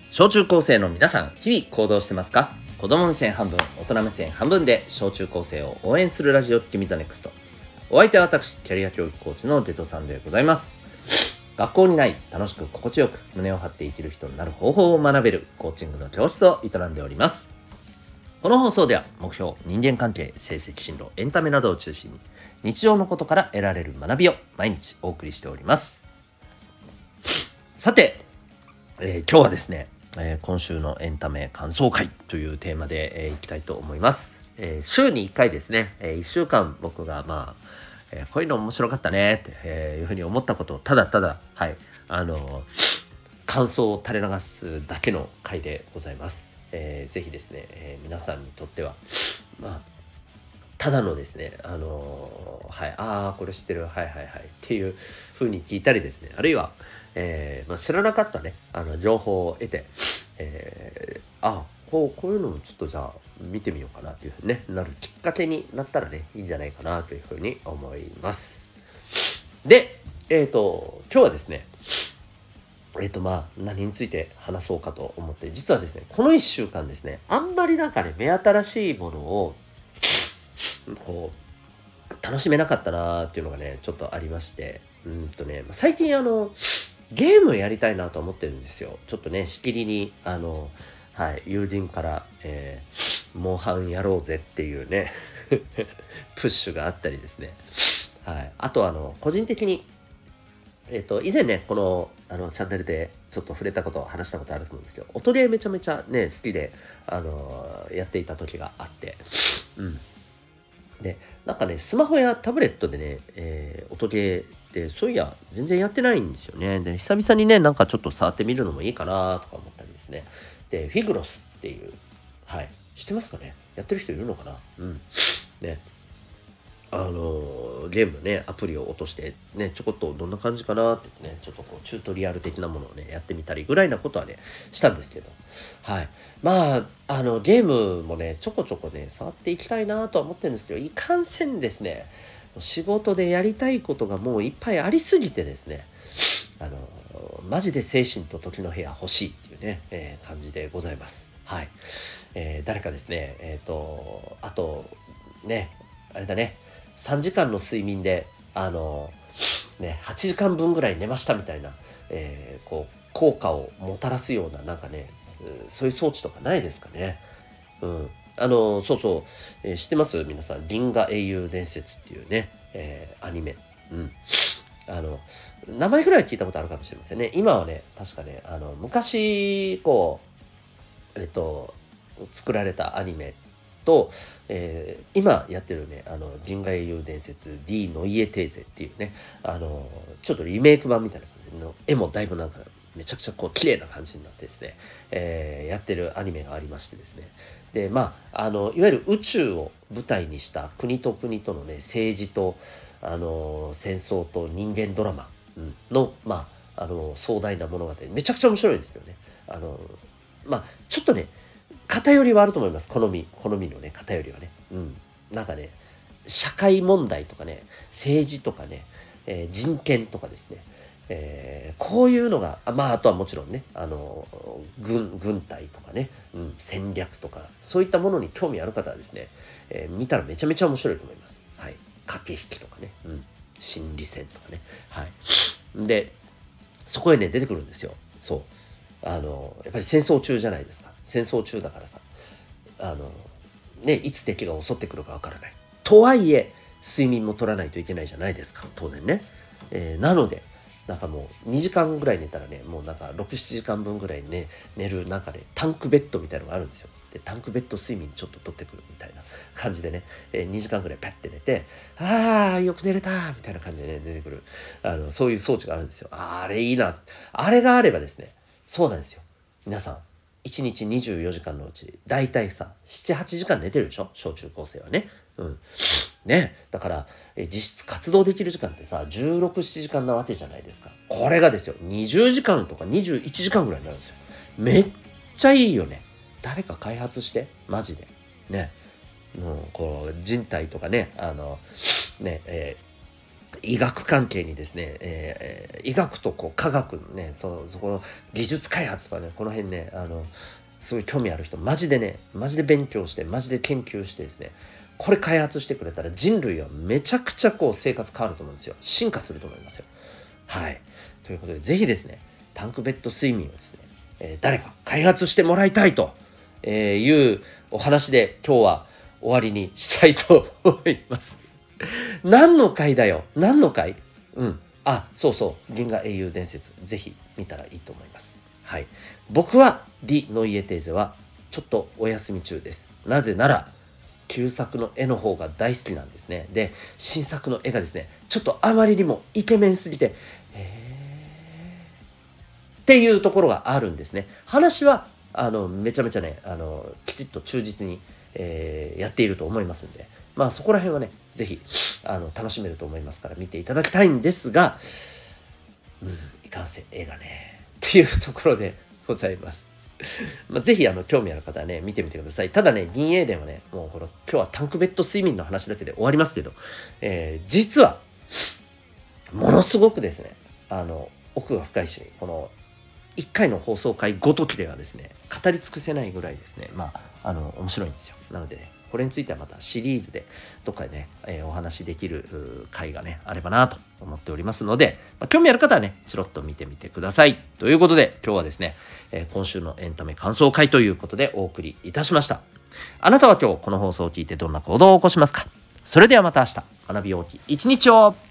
小中高生の皆さん、日々行動してますか？子供目線半分、大人目線半分で小中高生を応援するラジオ君ザネクスト。お相手は私、キャリア教育コーチのデトさんでございます。学校にない、楽しく心地よく胸を張って生きる人になる方法を学べるコーチングの教室を営んでおります。この放送では目標、人間関係、成績進路、エンタメなどを中心に日常のことから得られる学びを毎日お送りしております。さて、今日はですね、今週のエンタメ感想会というテーマで、いきたいと思います。週に1回ですね、1週間僕がこういうの面白かったねって、いうふうに思ったことをただただ感想を垂れ流すだけの回でございます。ぜひですね、皆さんにとってはただのですね、これ知ってる、っていう風に聞いたりですね、あるいは、知らなかったね、情報を得て、こういうのもちょっとじゃあ見てみようかなというふうに、ね、なるきっかけになったらね、いいんじゃないかなというふうに思います。で、今日はですね、何について話そうかと思って、実はですね、この1週間ですね、あんまり目新しいものを楽しめなかったなっていうのがね、ちょっとありまして、最近ゲームやりたいなと思ってるんですよ。ちょっとね、しきりに友人から、モンハンやろうぜっていうねプッシュがあったりですね。あと個人的に以前ね、このチャンネルでちょっと触れたことを話したことあると思うんですけど、音ゲーめちゃめちゃね好きでやっていた時があって、でスマホやタブレットでね、音ゲーってそういや全然やってないんですよね。で久々にねちょっと触ってみるのもいいかなとか思ったりですね。でフィグロスっていう知ってますかね？やってる人いるのかな？ね、ゲームのねアプリを落としてねちょこっとどんな感じかなってね、ちょっとチュートリアル的なものをねやってみたりぐらいなことはねしたんですけど、ゲームもねちょこちょこね触っていきたいなとは思ってるんですけど、いかんせんですね、仕事でやりたいことがもういっぱいありすぎてですね、マジで精神と時の部屋欲しいっていうね、感じでございます。誰かですね、あとねあれだね、3時間の睡眠で8時間分ぐらい寝ましたみたいな、効果をもたらすようなそういう装置とかないですかね。知ってます？皆さん、銀河英雄伝説っていうね、アニメ。名前ぐらい聞いたことあるかもしれませんね。今はね、確かね、昔作られたアニメと、今やってるね銀河英雄伝説 D ノイエテーゼっていうねちょっとリメイク版みたいな感じの絵もだいぶめちゃくちゃ綺麗な感じになってですね、やってるアニメがありましてですね、でいわゆる宇宙を舞台にした国と国とのね政治と戦争と人間ドラマの壮大な物語、めちゃくちゃ面白いんですけどね、ちょっとね偏りはあると思います。好みのね偏りはね、社会問題とかね政治とかね、人権とかですね、こういうのがあとはもちろんね軍隊とかね、戦略とかそういったものに興味ある方はですね、見たらめちゃめちゃ面白いと思います。駆け引きとかね、心理戦とかね、でそこへね出てくるんですよ。そうやっぱり戦争中じゃないですか。戦争中だからさいつ敵が襲ってくるかわからない。とはいえ睡眠も取らないといけないじゃないですか、当然ね。なのでもう2時間ぐらい寝たらね、もう6、7時間分ぐらいね寝るタンクベッドみたいなのがあるんですよ。でタンクベッド睡眠ちょっと取ってくるみたいな感じでね、2時間ぐらいパッて寝て、よく寝れたみたいな感じでね出てくるそういう装置があるんですよ。あれいいな。あれがあればですね、そうなんですよ。皆さん1日24時間のうちだいたいさ 7,8 時間寝てるでしょ、小中高生はね。だから実質活動できる時間ってさ16、7時間なわけじゃないですか。これがですよ20時間とか21時間ぐらいになるんですよ。めっちゃいいよね。誰か開発してマジでね、人体とかね医学関係にですね、医学とこう科学のね、そこの技術開発とかね、この辺ね、すごい興味ある人、マジで勉強して、マジで研究してですね、これ開発してくれたら人類はめちゃくちゃこう生活変わると思うんですよ。進化すると思いますよ。はい。ということで、ぜひですね、タンクベッド睡眠をですね、誰か開発してもらいたいというお話で今日は終わりにしたいと思います。何の回だよ、何の回？そうそう、銀河英雄伝説、ぜひ見たらいいと思います。はい。僕はディ・ノイエテーゼはちょっとお休み中です。なぜなら旧作の絵の方が大好きなんですね。で、新作の絵がですね、ちょっとあまりにもイケメンすぎてっていうところがあるんですね。話はめちゃめちゃね、きちっと忠実に、やっていると思いますんで、まあそこら辺はね、ぜひ楽しめると思いますから見ていただきたいんですが、いかんせん絵がねっていうところでございます。ぜひ興味ある方はね見てみてください。ただね、銀英伝はね、もう今日はタンクベッド睡眠の話だけで終わりますけど、実はものすごくですね、奥が深いし、この1回の放送回ごときではですね、語り尽くせないぐらいですね、面白いんですよ。なのでね、これについてはまたシリーズでどっかでね、お話しできる回がねあればなと思っておりますので、興味ある方はねチロッと見てみてください。ということで今日はですね、今週のエンタメ感想会ということでお送りいたしました。あなたは今日この放送を聞いてどんな行動を起こしますか？それではまた明日、学び大きい一日を。